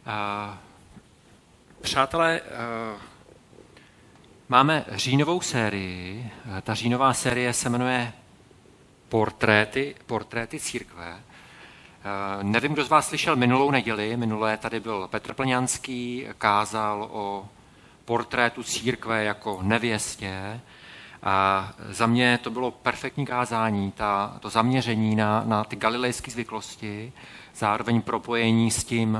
Přátelé, máme říjnovou sérii. Ta říjnová série se jmenuje Portréty církve. Nevím, kdo z vás slyšel minulou neděli. Minulé tady byl Petr Plňanský, kázal o portrétu církve jako nevěstě. A za mě to bylo perfektní kázání, to zaměření na ty galilejské zvyklosti, zároveň propojení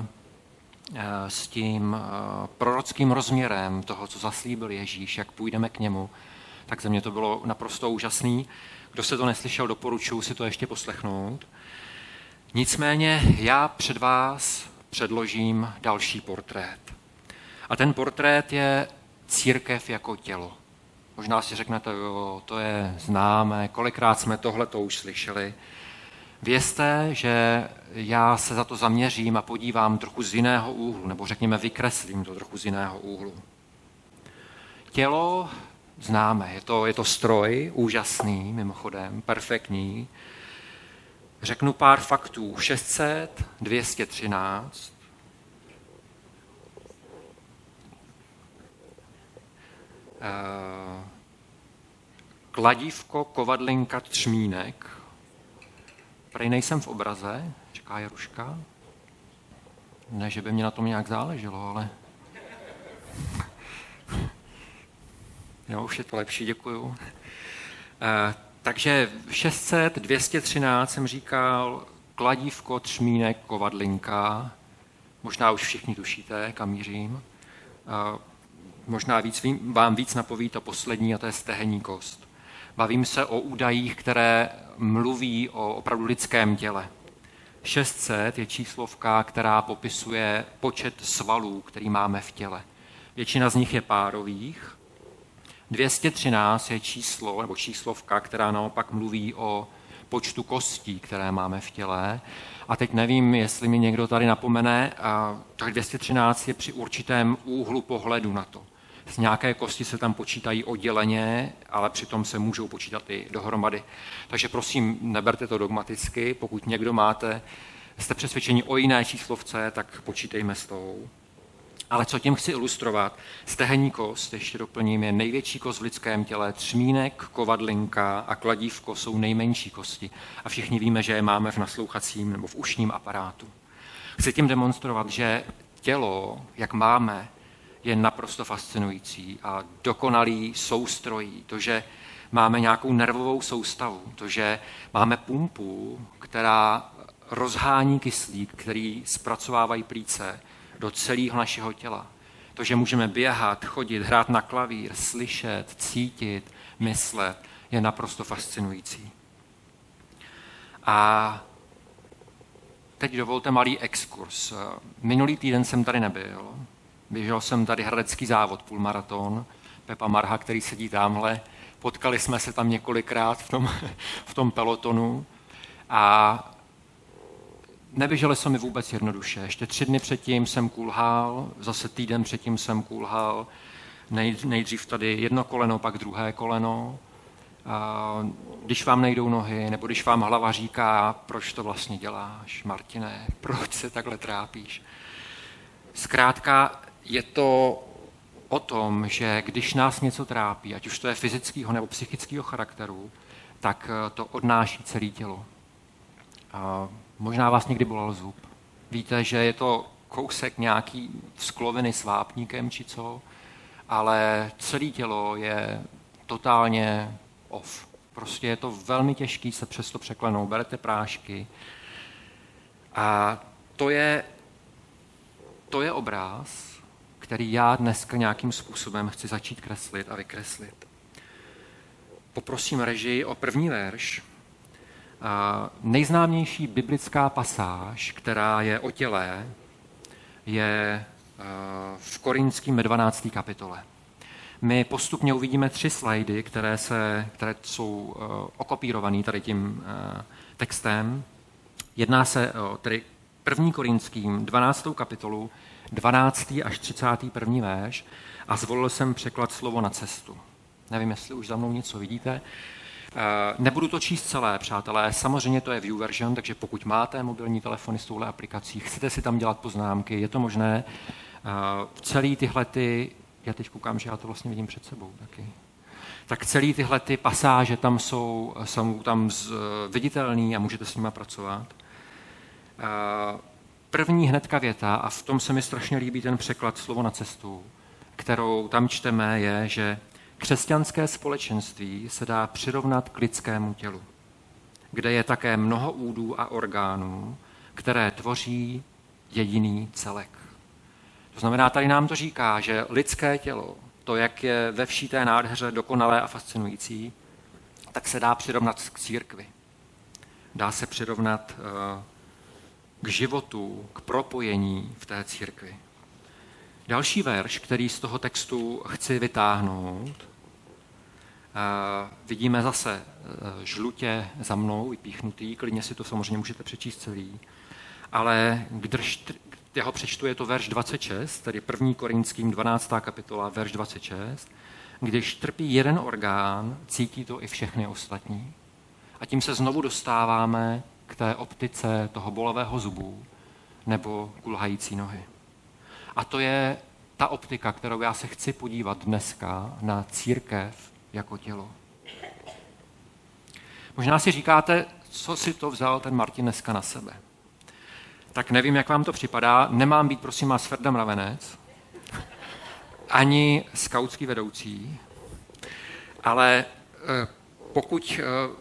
s tím prorockým rozměrem toho, co zaslíbil Ježíš, jak půjdeme k němu, tak za mě to bylo naprosto úžasný. Kdo se to neslyšel, doporučuji si to ještě poslechnout. Nicméně já před vás předložím další portrét. A ten portrét je církev jako tělo. Možná si řeknete, jo, to je známé, kolikrát jsme tohleto už slyšeli. Vězte, že já se za to zaměřím a podívám trochu z jiného úhlu, nebo řekněme vykreslím to trochu z jiného úhlu. Tělo známe, je to stroj, úžasný, mimochodem, perfektní. Řeknu pár faktů. 600, 213. Kladívko, kovadlinka, třmínek. Prej nejsem v obraze, říká Jaruška. Ne, že by mě na tom nějak záleželo, ale... Jo, už je to lepší, děkuju. Takže 600, 213 jsem říkal, kladívko, třmínek, kovadlinka. Možná už všichni tušíte, kam mířím. Možná vám víc napoví to poslední, a to je stehenní kost. Bavím se o údajích, které mluví o opravdu lidském těle. 600 je číslovka, která popisuje počet svalů, který máme v těle. Většina z nich je párových. 213 je číslo nebo číslovka, která naopak mluví o počtu kostí, které máme v těle. A teď nevím, jestli mi někdo tady napomene, tak 213 je při určitém úhlu pohledu na to. Z nějaké kosti se tam počítají odděleně, ale přitom se můžou počítat i dohromady. Takže prosím, neberte to dogmaticky. Pokud někdo jste přesvědčeni o jiné číslovce, tak počítejme s tou. Ale co tím chci ilustrovat? Stehenní kost, ještě doplním, je největší kost v lidském těle. Třmínek, kovadlinka a kladívko jsou nejmenší kosti. A všichni víme, že je máme v naslouchacím nebo v ušním aparátu. Chci tím demonstrovat, že tělo, jak máme, je naprosto fascinující a dokonalý soustrojí. To, že máme nějakou nervovou soustavu, to, že máme pumpu, která rozhání kyslík, který zpracovávají plíce do celého našeho těla. To, že můžeme běhat, chodit, hrát na klavír, slyšet, cítit, myslet, je naprosto fascinující. A teď dovolte malý exkurs. Minulý týden jsem tady nebyl. Běžel jsem tady hradecký závod, půlmaraton, Pepa Marha, který sedí tamhle. Potkali jsme se tam několikrát v tom pelotonu a neběželi se mi vůbec jednoduše. Ještě 3 dny předtím jsem kulhal, zase týden předtím jsem kulhal, nejdřív tady jedno koleno, pak druhé koleno. A když vám nejdou nohy, nebo když vám hlava říká, proč to vlastně děláš, Martine, proč se takhle trápíš. Zkrátka je to o tom, že když nás něco trápí, ať už to je fyzického nebo psychického charakteru, tak to odnáší celé tělo. A možná vás někdy bolel zub. Víte, že je to kousek nějaký skloviny s vápníkem či co, ale celé tělo je totálně off. Prostě je to velmi těžké se přesto překlenout. Berete prášky. A to je obráz, který já dneska nějakým způsobem chci začít kreslit a vykreslit. Poprosím režii o první verš. Nejznámější biblická pasáž, která je o těle, je v Korinským 12. kapitole. My postupně uvidíme 3 slajdy, které jsou okopírované tady tím textem. Jedná se o tedy 1. Korinským 12. kapitolu, 12. až 31. verš a zvolil jsem překlad slovo na cestu. Nevím, jestli už za mnou něco vidíte. Nebudu to číst celé, přátelé, samozřejmě to je view version, takže pokud máte mobilní telefony s touhle aplikací, chcete si tam dělat poznámky, je to možné. Celý tyhle já teď koukám, že já to vlastně vidím před sebou taky. Tak celý tyhle pasáže tam jsou tam viditelný a můžete s nimi pracovat. První hnedka věta, a v tom se mi strašně líbí ten překlad slovo na cestu, kterou tam čteme, je, že křesťanské společenství se dá přirovnat k lidskému tělu, kde je také mnoho údů a orgánů, které tvoří jediný celek. To znamená, tady nám to říká, že lidské tělo, to, jak je ve vší té nádheře dokonalé a fascinující, tak se dá přirovnat k církvi. Dá se přirovnat k životu, k propojení v té církvi. Další verš, který z toho textu chci vytáhnout, vidíme zase žlutě za mnou vypíchnutý, klidně si to samozřejmě můžete přečíst celý, ale já ho přečtu, je to verš 26, tedy 1. Korinským 12. kapitola, verš 26, když trpí jeden orgán, cítí to i všechny ostatní. A tím se znovu dostáváme k té optice toho bolavého zubu nebo kulhající nohy. A to je ta optika, kterou já se chci podívat dneska na církev jako tělo. Možná si říkáte, co si to vzal ten Martin dneska na sebe. Tak nevím, jak vám to připadá. Nemám být, prosím vás, Ferda Mravenec, ani skautský vedoucí, ale pokud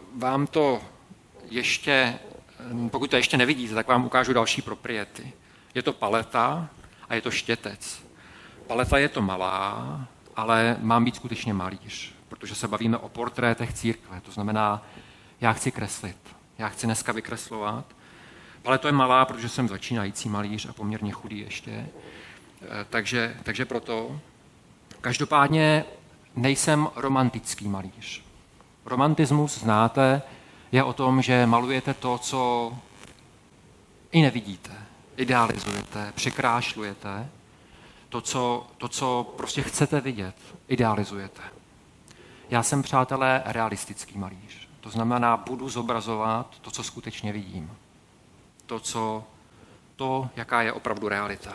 to ještě nevidíte, tak vám ukážu další propriety. Je to paleta a je to štětec. Paleta je to malá, ale mám být skutečně malíř, protože se bavíme o portrétech církve. To znamená, já chci kreslit, já chci dneska vykreslovat. Paleta je malá, protože jsem začínající malíř a poměrně chudý ještě. Takže proto. Každopádně nejsem romantický malíř. Romantismus, znáte, je o tom, že malujete to, co i nevidíte, idealizujete, překrášlujete, to, co prostě chcete vidět, idealizujete. Já jsem, přátelé, realistický malíř. To znamená, budu zobrazovat to, co skutečně vidím. Jaká je opravdu realita.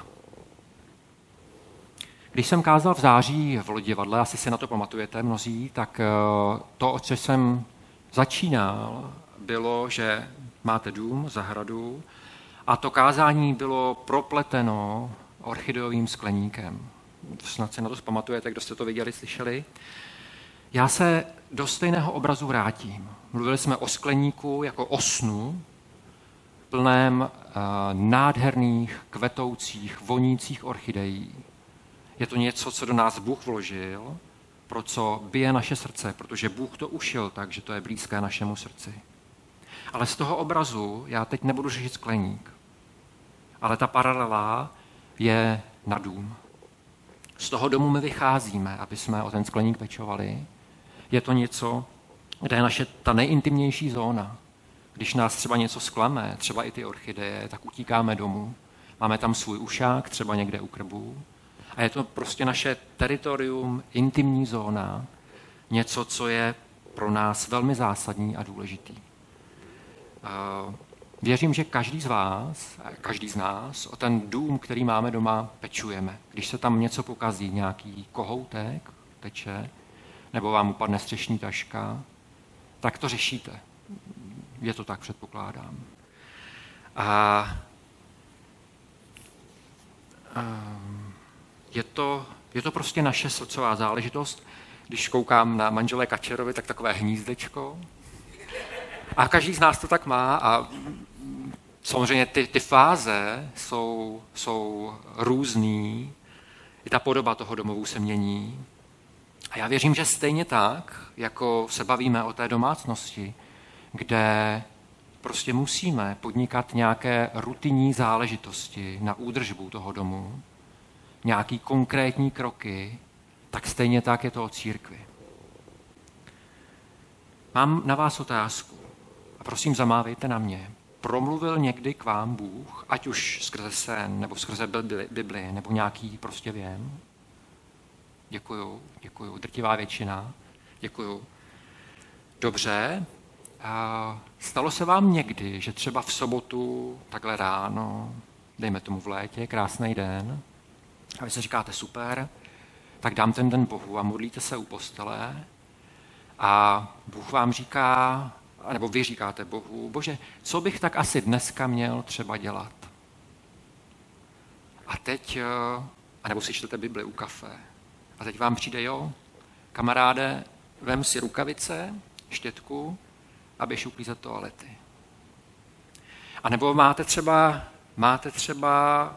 Když jsem kázal v září v Lodivadle, asi si na to pamatujete mnozí, tak to, o co jsem začínal, bylo, že máte dům, zahradu a to kázání bylo propleteno orchideovým skleníkem. Snad si na to pamatujete, kdo jste to viděli, slyšeli. Já se do stejného obrazu vrátím. Mluvili jsme o skleníku jako o snu, plném nádherných, kvetoucích, vonících orchidejí. Je to něco, co do nás Bůh vložil, pro co bije naše srdce, protože Bůh to ušil tak, že to je blízké našemu srdci. Ale z toho obrazu já teď nebudu řešit skleník, ale ta paralela je na dům. Z toho domu my vycházíme, aby jsme o ten skleník pečovali. Je to něco, kde je naše ta nejintimnější zóna. Když nás třeba něco zklame, třeba i ty orchideje, tak utíkáme domů. Máme tam svůj ušák, třeba někde u krbu. A je to prostě naše teritorium, intimní zóna, něco, co je pro nás velmi zásadní a důležitý. Věřím, že každý z vás, každý z nás o ten dům, který máme doma, pečujeme. Když se tam něco pokazí, nějaký kohoutek teče, nebo vám upadne střešní taška, tak to řešíte. Je to tak, předpokládám. Je to prostě naše srdcová záležitost. Když koukám na manželé Kačerovi, tak takové hnízdečko. A každý z nás to tak má a samozřejmě ty fáze jsou různý. I ta podoba toho domovu se mění. A já věřím, že stejně tak, jako se bavíme o té domácnosti, kde prostě musíme podnikat nějaké rutinní záležitosti na údržbu toho domu, nějaký konkrétní kroky, tak stejně tak je to o církvi. Mám na vás otázku a prosím zamávejte na mě. Promluvil někdy k vám Bůh, ať už skrze sen, nebo skrze Bibli, nebo nějaký prostě věm? Děkuju, drtivá většina, děkuju. Dobře, stalo se vám někdy, že třeba v sobotu, takhle ráno, dejme tomu v létě, krásný den, a vy si říkáte super, tak dám ten den Bohu a modlíte se u postele a Bůh vám říká, nebo vy říkáte Bohu, Bože, co bych tak asi dneska měl třeba dělat? A teď, anebo si čtete Bibli u kafe, a teď vám přijde, jo, kamaráde, vem si rukavice, štětku a běž uklízet toalety. A nebo máte třeba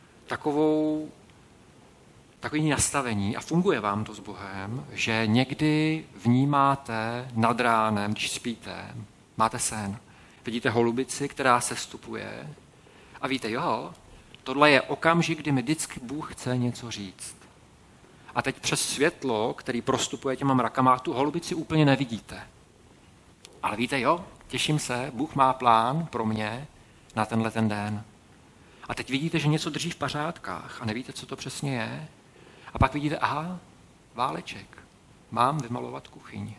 takový nastavení a funguje vám to s Bohem, že někdy vnímáte nad ránem, když spíte, máte sen, vidíte holubici, která se stupuje a víte, jo, tohle je okamžik, kdy mi vždycky Bůh chce něco říct. A teď přes světlo, který prostupuje těma mrakama, tu holubici úplně nevidíte. Ale víte, jo, těším se, Bůh má plán pro mě na tenhle ten den. A teď vidíte, že něco drží v pařádkách a nevíte, co to přesně je. A pak vidíte, aha, váleček, mám vymalovat kuchyň.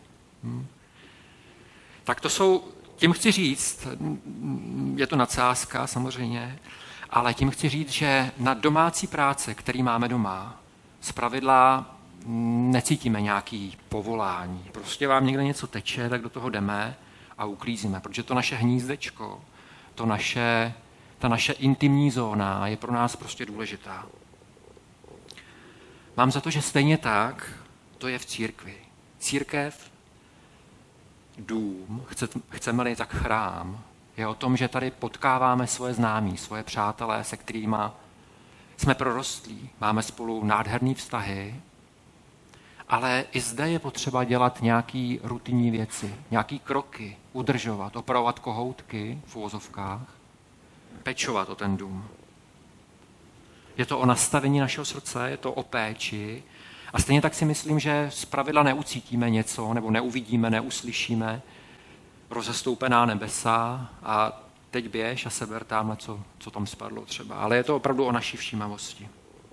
Tak to jsou, tím chci říct, je to nadsázka samozřejmě, ale tím chci říct, že na domácí práce, který máme doma, zpravidla necítíme nějaký povolání. Prostě vám někde něco teče, tak do toho jdeme a uklízíme, protože to naše hnízdečko, ta naše intimní zóna je pro nás prostě důležitá. Mám za to, že stejně tak to je v církvi. Církev, dům, chceme-li tak chrám, je o tom, že tady potkáváme svoje známí, svoje přátelé, se kterými jsme prorostlí, máme spolu nádherné vztahy, ale i zde je potřeba dělat nějaké rutinní věci, nějaké kroky, udržovat, opravovat kohoutky v uvozovkách, pečovat o ten dům. Je to o nastavení našeho srdce, je to o péči a stejně tak si myslím, že zpravidla neucítíme něco, nebo neuvidíme, neuslyšíme rozestoupená nebesa a teď běž a seber tamhle, co tam spadlo třeba. Ale je to opravdu o naší všímavosti.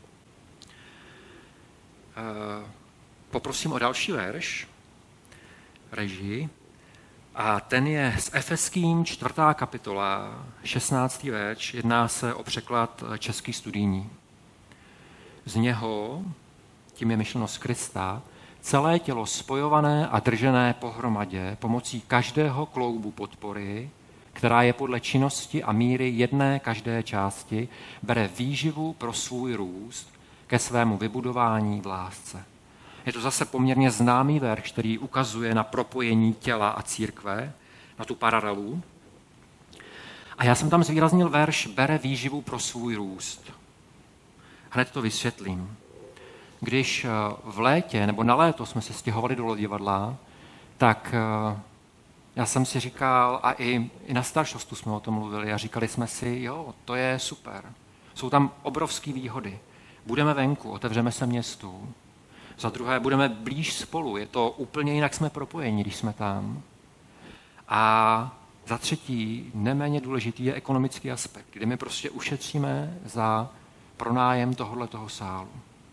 Poprosím o další verš, režii, a ten je z Efeským 4. kapitola, 16. verš, jedná se o překlad český studijní. Z něho, tím je myšleno z Krista, celé tělo spojované a držené pohromadě pomocí každého kloubu podpory, která je podle činnosti a míry jedné každé části, bere výživu pro svůj růst ke svému vybudování v lásce. Je to zase poměrně známý verš, který ukazuje na propojení těla a církve, na tu paralelu. A já jsem tam zvýraznil verš bere výživu pro svůj růst. Hned to vysvětlím. Když v létě nebo na léto jsme se stěhovali do Lodivadla, tak já jsem si říkal, a i na staršostu jsme o tom mluvili a říkali jsme si, jo, to je super. Jsou tam obrovské výhody. Budeme venku, otevřeme se městu. Za druhé, budeme blíž spolu. Je to úplně jinak, jsme propojeni, když jsme tam. A za třetí, neméně důležitý je ekonomický aspekt, kdy my prostě ušetříme za pronájem tohoto sálu.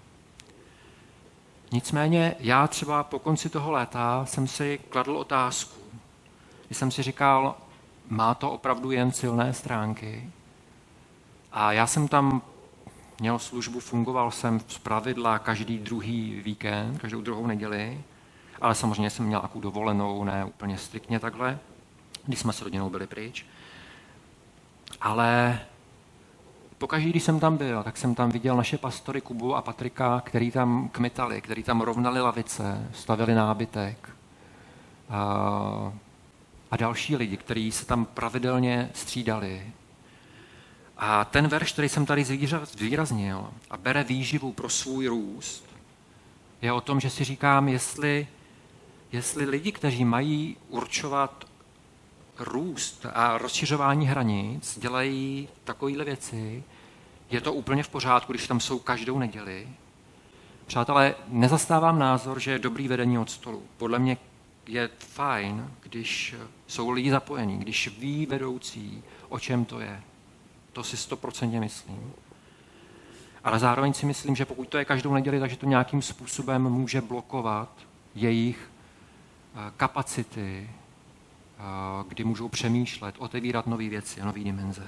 Nicméně já třeba po konci toho léta jsem si kladl otázku. Když jsem si říkal, má to opravdu jen silné stránky? A já jsem tam měl službu, fungoval jsem zpravidla každý druhý víkend, každou druhou neděli, ale samozřejmě jsem měl nějakou dovolenou, ne úplně striktně takhle, když jsme s rodinou byli pryč. Ale pokaždý, když jsem tam byl, tak jsem tam viděl naše pastory Kubu a Patrika, který tam kmitali, který tam rovnali lavice, stavili nábytek. A další lidi, kteří se tam pravidelně střídali. A ten verš, který jsem tady zvýraznil a bere výživu pro svůj růst, je o tom, že si říkám, jestli lidi, kteří mají určovat růst a rozšiřování hranic, dělají takovéhle věci, je to úplně v pořádku, když tam jsou každou neděli. Přátelé, nezastávám názor, že je dobrý vedení od stolu. Podle mě je fajn, když jsou lidi zapojení, když ví vedoucí, o čem to je. To si 100% myslím. Ale zároveň si myslím, že pokud to je každou neděli, takže to nějakým způsobem může blokovat jejich kapacity, kdy můžou přemýšlet, otevírat nové věci, nové dimenze.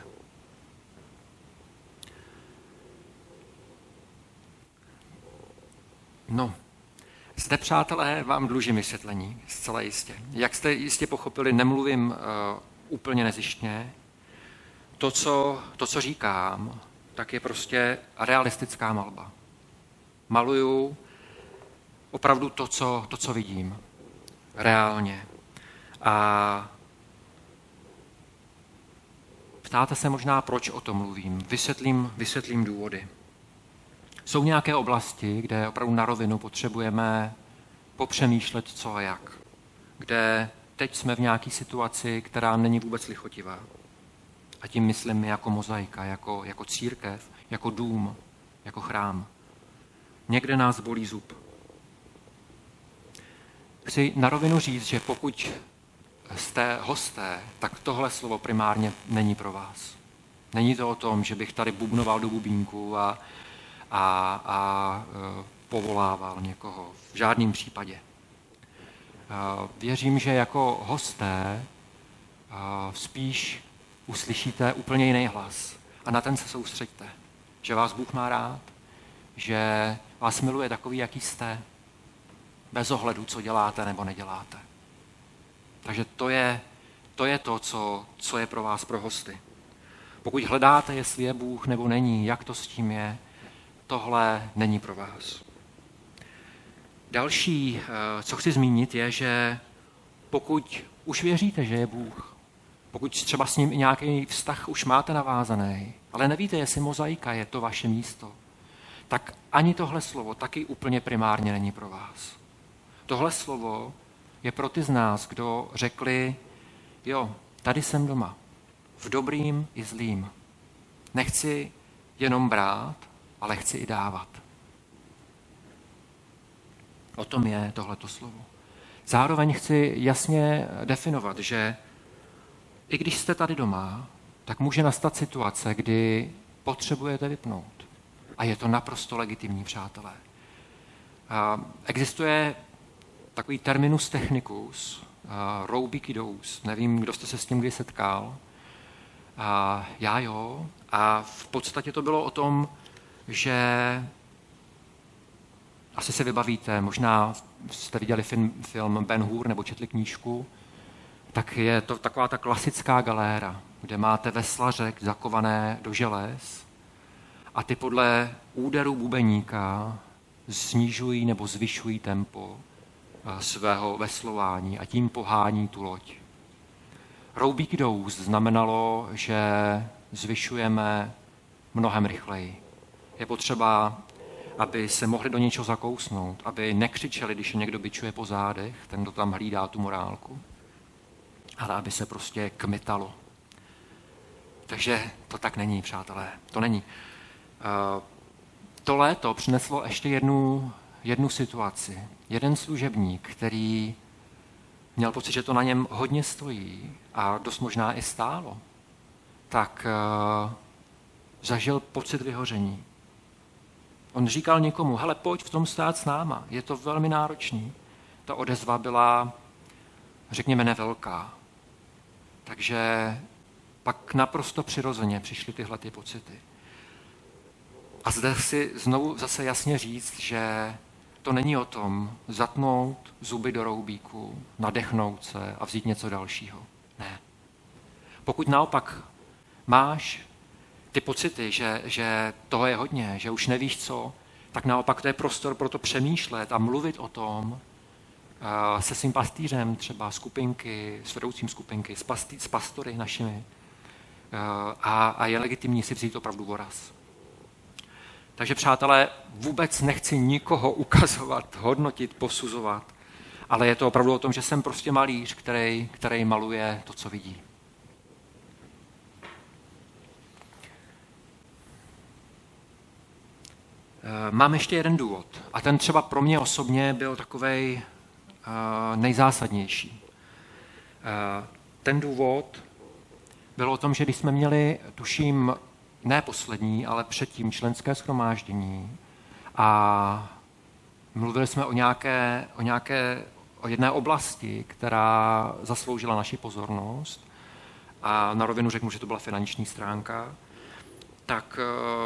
No, zde, přátelé, vám dlužím vysvětlení, zcela jistě. Jak jste jistě pochopili, nemluvím úplně nezištně. To, co říkám, tak je prostě realistická malba. Maluju opravdu to, co vidím. Reálně. A ptáte se možná, proč o tom mluvím. Vysvětlím důvody. Jsou nějaké oblasti, kde opravdu na rovinu potřebujeme popřemýšlet co a jak. Kde teď jsme v nějaké situaci, která není vůbec lichotivá. A tím myslím jako mozaika, jako církev, jako dům, jako chrám. Někde nás bolí zub. Chci na rovinu říct, že pokud jste hosté, tak tohle slovo primárně není pro vás. Není to o tom, že bych tady bubnoval do bubínku a povolával někoho. V žádném případě. Věřím, že jako hosté spíš uslyšíte úplně jiný hlas. A na ten se soustřeďte. Že vás Bůh má rád, že vás miluje takový, jaký jste, bez ohledu, co děláte nebo neděláte. Takže to je to, co je pro vás, pro hosty. Pokud hledáte, jestli je Bůh nebo není, jak to s tím je, tohle není pro vás. Další, co chci zmínit, je, že pokud už věříte, že je Bůh, pokud třeba s ním i nějaký vztah už máte navázaný, ale nevíte, jestli mozaika je to vaše místo, tak ani tohle slovo taky úplně primárně není pro vás. Tohle slovo je pro ty z nás, kdo řekli, jo, tady jsem doma, v dobrým i zlým. Nechci jenom brát, ale chci i dávat. O tom je tohleto slovo. Zároveň chci jasně definovat, že i když jste tady doma, tak může nastat situace, kdy potřebujete vypnout. A je to naprosto legitimní, přátelé. Existuje takový terminus technicus, roubikidous, nevím, kdo jste se s tím kdy setkal. Já jo. A v podstatě to bylo o tom, že asi se vybavíte, možná jste viděli film Ben-Hur nebo četli knížku, tak je to taková ta klasická galéra, kde máte veslaře zakované do želez a ty podle úderu bubeníka snižují nebo zvyšují tempo svého veslování a tím pohání tu loď. Roubikidous znamenalo, že zvyšujeme mnohem rychleji. Je potřeba, aby se mohli do něčeho zakousnout, aby nekřičeli, když je někdo bičuje po zádech, ten, kdo tam hlídá tu morálku, ale aby se prostě kmitalo. Takže to tak není, přátelé, to není. To léto přineslo ještě jednu situaci. Jeden služebník, který měl pocit, že to na něm hodně stojí a dost možná i stálo, tak zažil pocit vyhoření. On říkal někomu, hele, pojď v tom stát s náma, je to velmi náročný. Ta odezva byla, řekněme, nevelká. Takže pak naprosto přirozeně přišly tyhle ty pocity. A zde si znovu zase jasně říct, že to není o tom zatnout zuby do roubíku, nadechnout se a vzít něco dalšího. Ne. Pokud naopak máš ty pocity, že toho je hodně, že už nevíš co, tak naopak to je prostor pro to přemýšlet a mluvit o tom se svým pastýřem, třeba skupinky, s vedoucím skupinky, s pastory našimi. A je legitimní si vzít opravdu voraz. Takže, přátelé, vůbec nechci nikoho ukazovat, hodnotit, posuzovat, ale je to opravdu o tom, že jsem prostě malíř, který maluje to, co vidí. Mám ještě jeden důvod a ten třeba pro mě osobně byl takovej nejzásadnější. Ten důvod byl o tom, že když jsme měli, tuším, ne poslední, ale předtím členské shromáždění a mluvili jsme o nějaké o jedné oblasti, která zasloužila naši pozornost, a na rovinu řeknu, že to byla finanční stránka, tak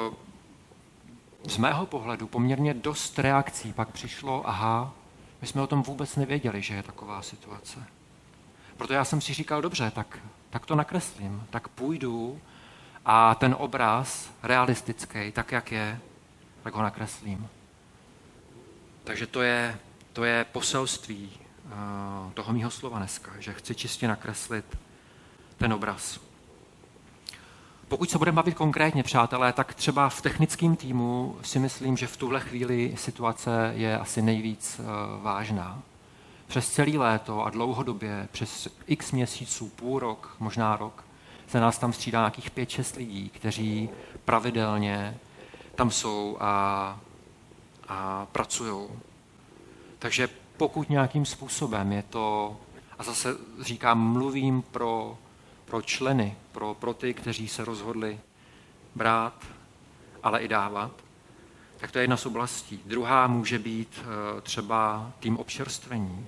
z mého pohledu poměrně dost reakcí pak přišlo, aha, my jsme o tom vůbec nevěděli, že je taková situace. Proto já jsem si říkal, dobře, tak to nakreslím, tak půjdu a ten obraz realistický, tak jak je, tak ho nakreslím. Takže to je poselství toho mýho slova dneska, že chci čistě nakreslit ten obraz. Pokud se budeme bavit konkrétně, přátelé, tak třeba v technickém týmu si myslím, že v tuhle chvíli situace je asi nejvíc vážná. Přes celé léto a dlouhodobě, přes x měsíců, půl rok, možná rok, se nás tam střídá nějakých 5-6 lidí, kteří pravidelně tam jsou a pracují. Takže pokud nějakým způsobem je to, a zase říkám, mluvím pro členy, pro ty, kteří se rozhodli brát, ale i dávat, tak to je jedna z oblastí. Druhá může být třeba tým občerstvení.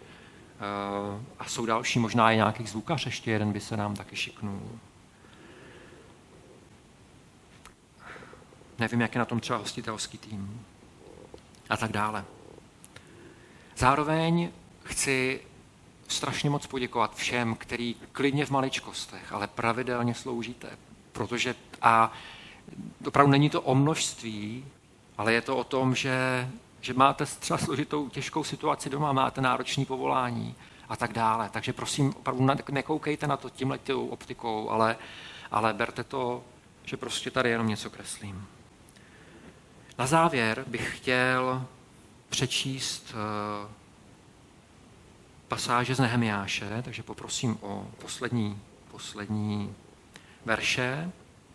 A jsou další, možná i nějaký zvukař, ještě jeden by se nám taky šiknul. Nevím, jak je na tom třeba hostitelský tým. A tak dále. Zároveň chci strašně moc poděkovat všem, kteří klidně v maličkostech, ale pravidelně sloužíte. Protože, a opravdu není to o množství, ale je to o tom, že máte třeba složitou, těžkou situaci doma, máte náročné povolání a tak dále. Takže prosím, opravdu nekoukejte na to tímhletou optikou, ale berte to, že prostě tady jenom něco kreslím. Na závěr bych chtěl přečíst pasáže z Nehemiáše, takže poprosím o poslední verše.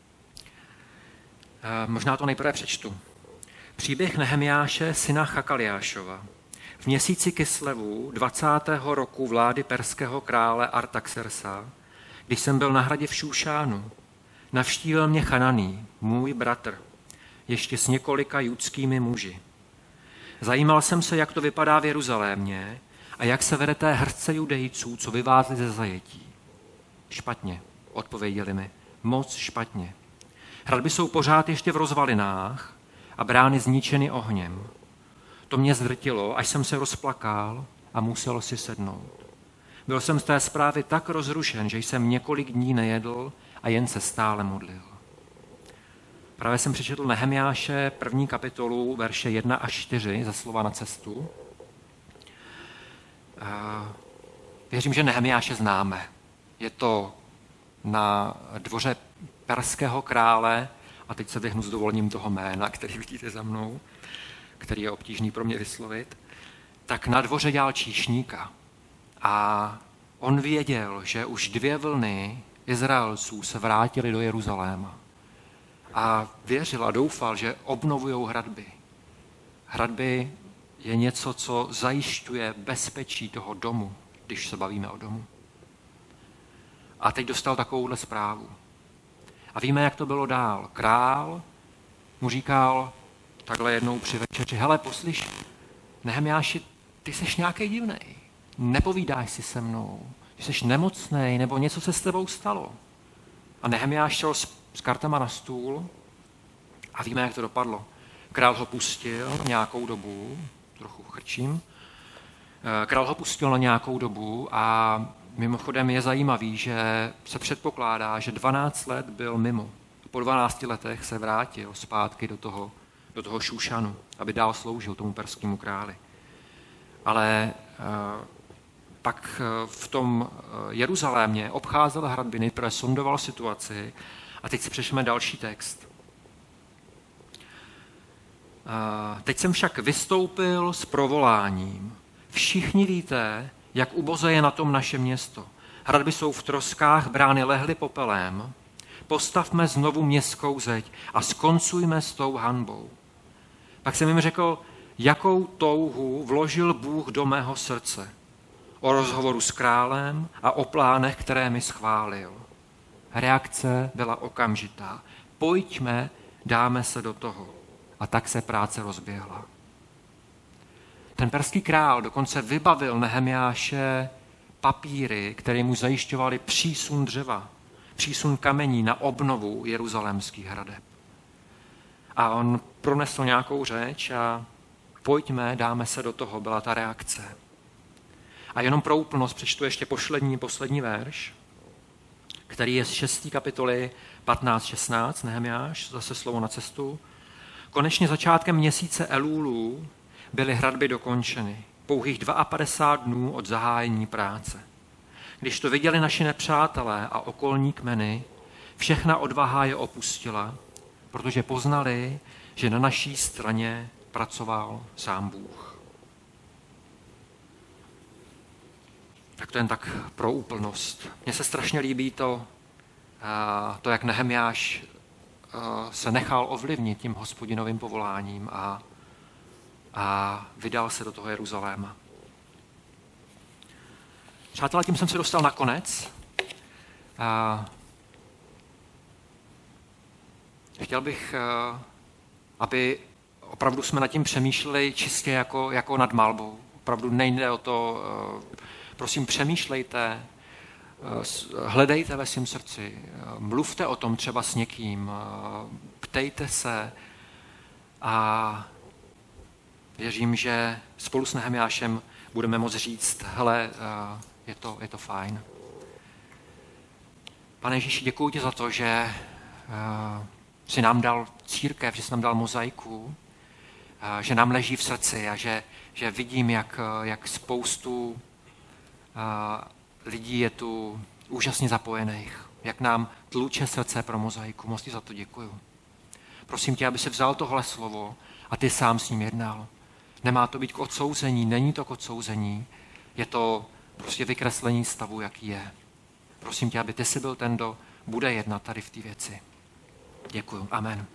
Možná to nejprve přečtu. Příběh Nehemiáše, syna Chakaliášova. V měsíci Kislevu 20. roku vlády perského krále Artaxerxa, když jsem byl na hradě v Šúšánu, navštívil mě Chananý, můj bratr, ještě s několika judskými muži. Zajímal jsem se, jak to vypadá v Jeruzalémě a jak se vede té hrstce Judejců, co vyvázli ze zajetí. Špatně, odpověděli mi, moc špatně. Hradby jsou pořád ještě v rozvalinách a brány zničeny ohněm. To mě zdrtilo, až jsem se rozplakal a musel si sednout. Byl jsem z té zprávy tak rozrušen, že jsem několik dní nejedl a jen se stále modlil. Právě jsem přečetl Nehemiáše 1. kapitolu, verše 1 až 4, za slova na cestu. Věřím, že Nehemiáše známe. Je to na dvoře perského krále, a teď se vyhnu s dovolením toho jména, který vidíte za mnou, který je obtížný pro mě vyslovit, tak na dvoře dělal číšníka. A on věděl, že už 2 vlny Izraelců se vrátili do Jeruzaléma. A věřil a doufal, že obnovujou hradby. Hradby je něco, co zajišťuje bezpečí toho domu, když se bavíme o domu. A teď dostal takovouhle zprávu. A víme, jak to bylo dál. Král mu říkal takhle jednou při večeři, hele, poslyš, Nehemiáši, ty seš nějaký divnej. Nepovídáš si se mnou. Ty seš nemocnej, nebo něco se s tebou stalo. A Nehemiáš šel s kartama na stůl a víme, jak to dopadlo. Král ho pustil nějakou dobu, trochu chrčím, král ho pustil na nějakou dobu a mimochodem je zajímavý, že se předpokládá, že 12 let byl mimo. Po 12 letech se vrátil zpátky do toho Šúšanu, aby dál sloužil tomu perskému králi. Ale pak v tom Jeruzalémě obcházel hradby, nejprve sondoval situaci a teď si přečteme další text. Teď jsem však vystoupil s provoláním. Všichni víte, jak uboze je na tom naše město. Hradby jsou v troskách, brány lehly popelem. Postavme znovu městskou zeď a skoncujme s tou hanbou. Pak jsem jim řekl, jakou touhu vložil Bůh do mého srdce. O rozhovoru s králem a o plánech, které mi schválil. Reakce byla okamžitá. Pojďme, dáme se do toho. A tak se práce rozběhla. Ten perský král dokonce vybavil Nehemiáše papíry, které mu zajišťovaly přísun dřeva, přísun kamení na obnovu jeruzalémských hradeb. A on pronesl nějakou řeč a pojďme, dáme se do toho, byla ta reakce. A jenom pro úplnost přečtu ještě poslední verš, který je z 6. kapitoly 15-16, Nehemiáš, zase slovo na cestu. Konečně začátkem měsíce Elúlu byly hradby dokončeny, pouhých 52 dnů od zahájení práce. Když to viděli naši nepřátelé a okolní kmeny, všechna odvaha je opustila, protože poznali, že na naší straně pracoval sám Bůh. Tak to jen tak pro úplnost. Mně se strašně líbí to jak Nehemiáš se nechal ovlivnit tím Hospodinovým povoláním a vydal se do toho Jeruzaléma. Přátelé, tím jsem se dostal na konec. Chtěl bych, aby opravdu jsme nad tím přemýšleli čistě jako nad malbou. Opravdu nejde o to, prosím, přemýšlejte, hledejte ve svém srdci, mluvte o tom třeba s někým, ptejte se a věřím, že spolu s Nehemiášem budeme moct říct, hele, je to fajn. Pane Ježíši, děkuji ti za to, že jsi nám dal církev, že jsi nám dal mozaiku, že nám leží v srdci a že vidím, jak spoustu lidí je tu úžasně zapojených, jak nám tluče srdce pro mozaiku. Moc ti za to děkuju. Prosím tě, aby si vzal tohle slovo a ty sám s ním jednal. Nemá to být k odsouzení, není to k odsouzení, je to prostě vykreslení stavu, jaký je. Prosím tě, aby ty jsi byl ten, kdo bude jednat tady v té věci. Děkuju. Amen.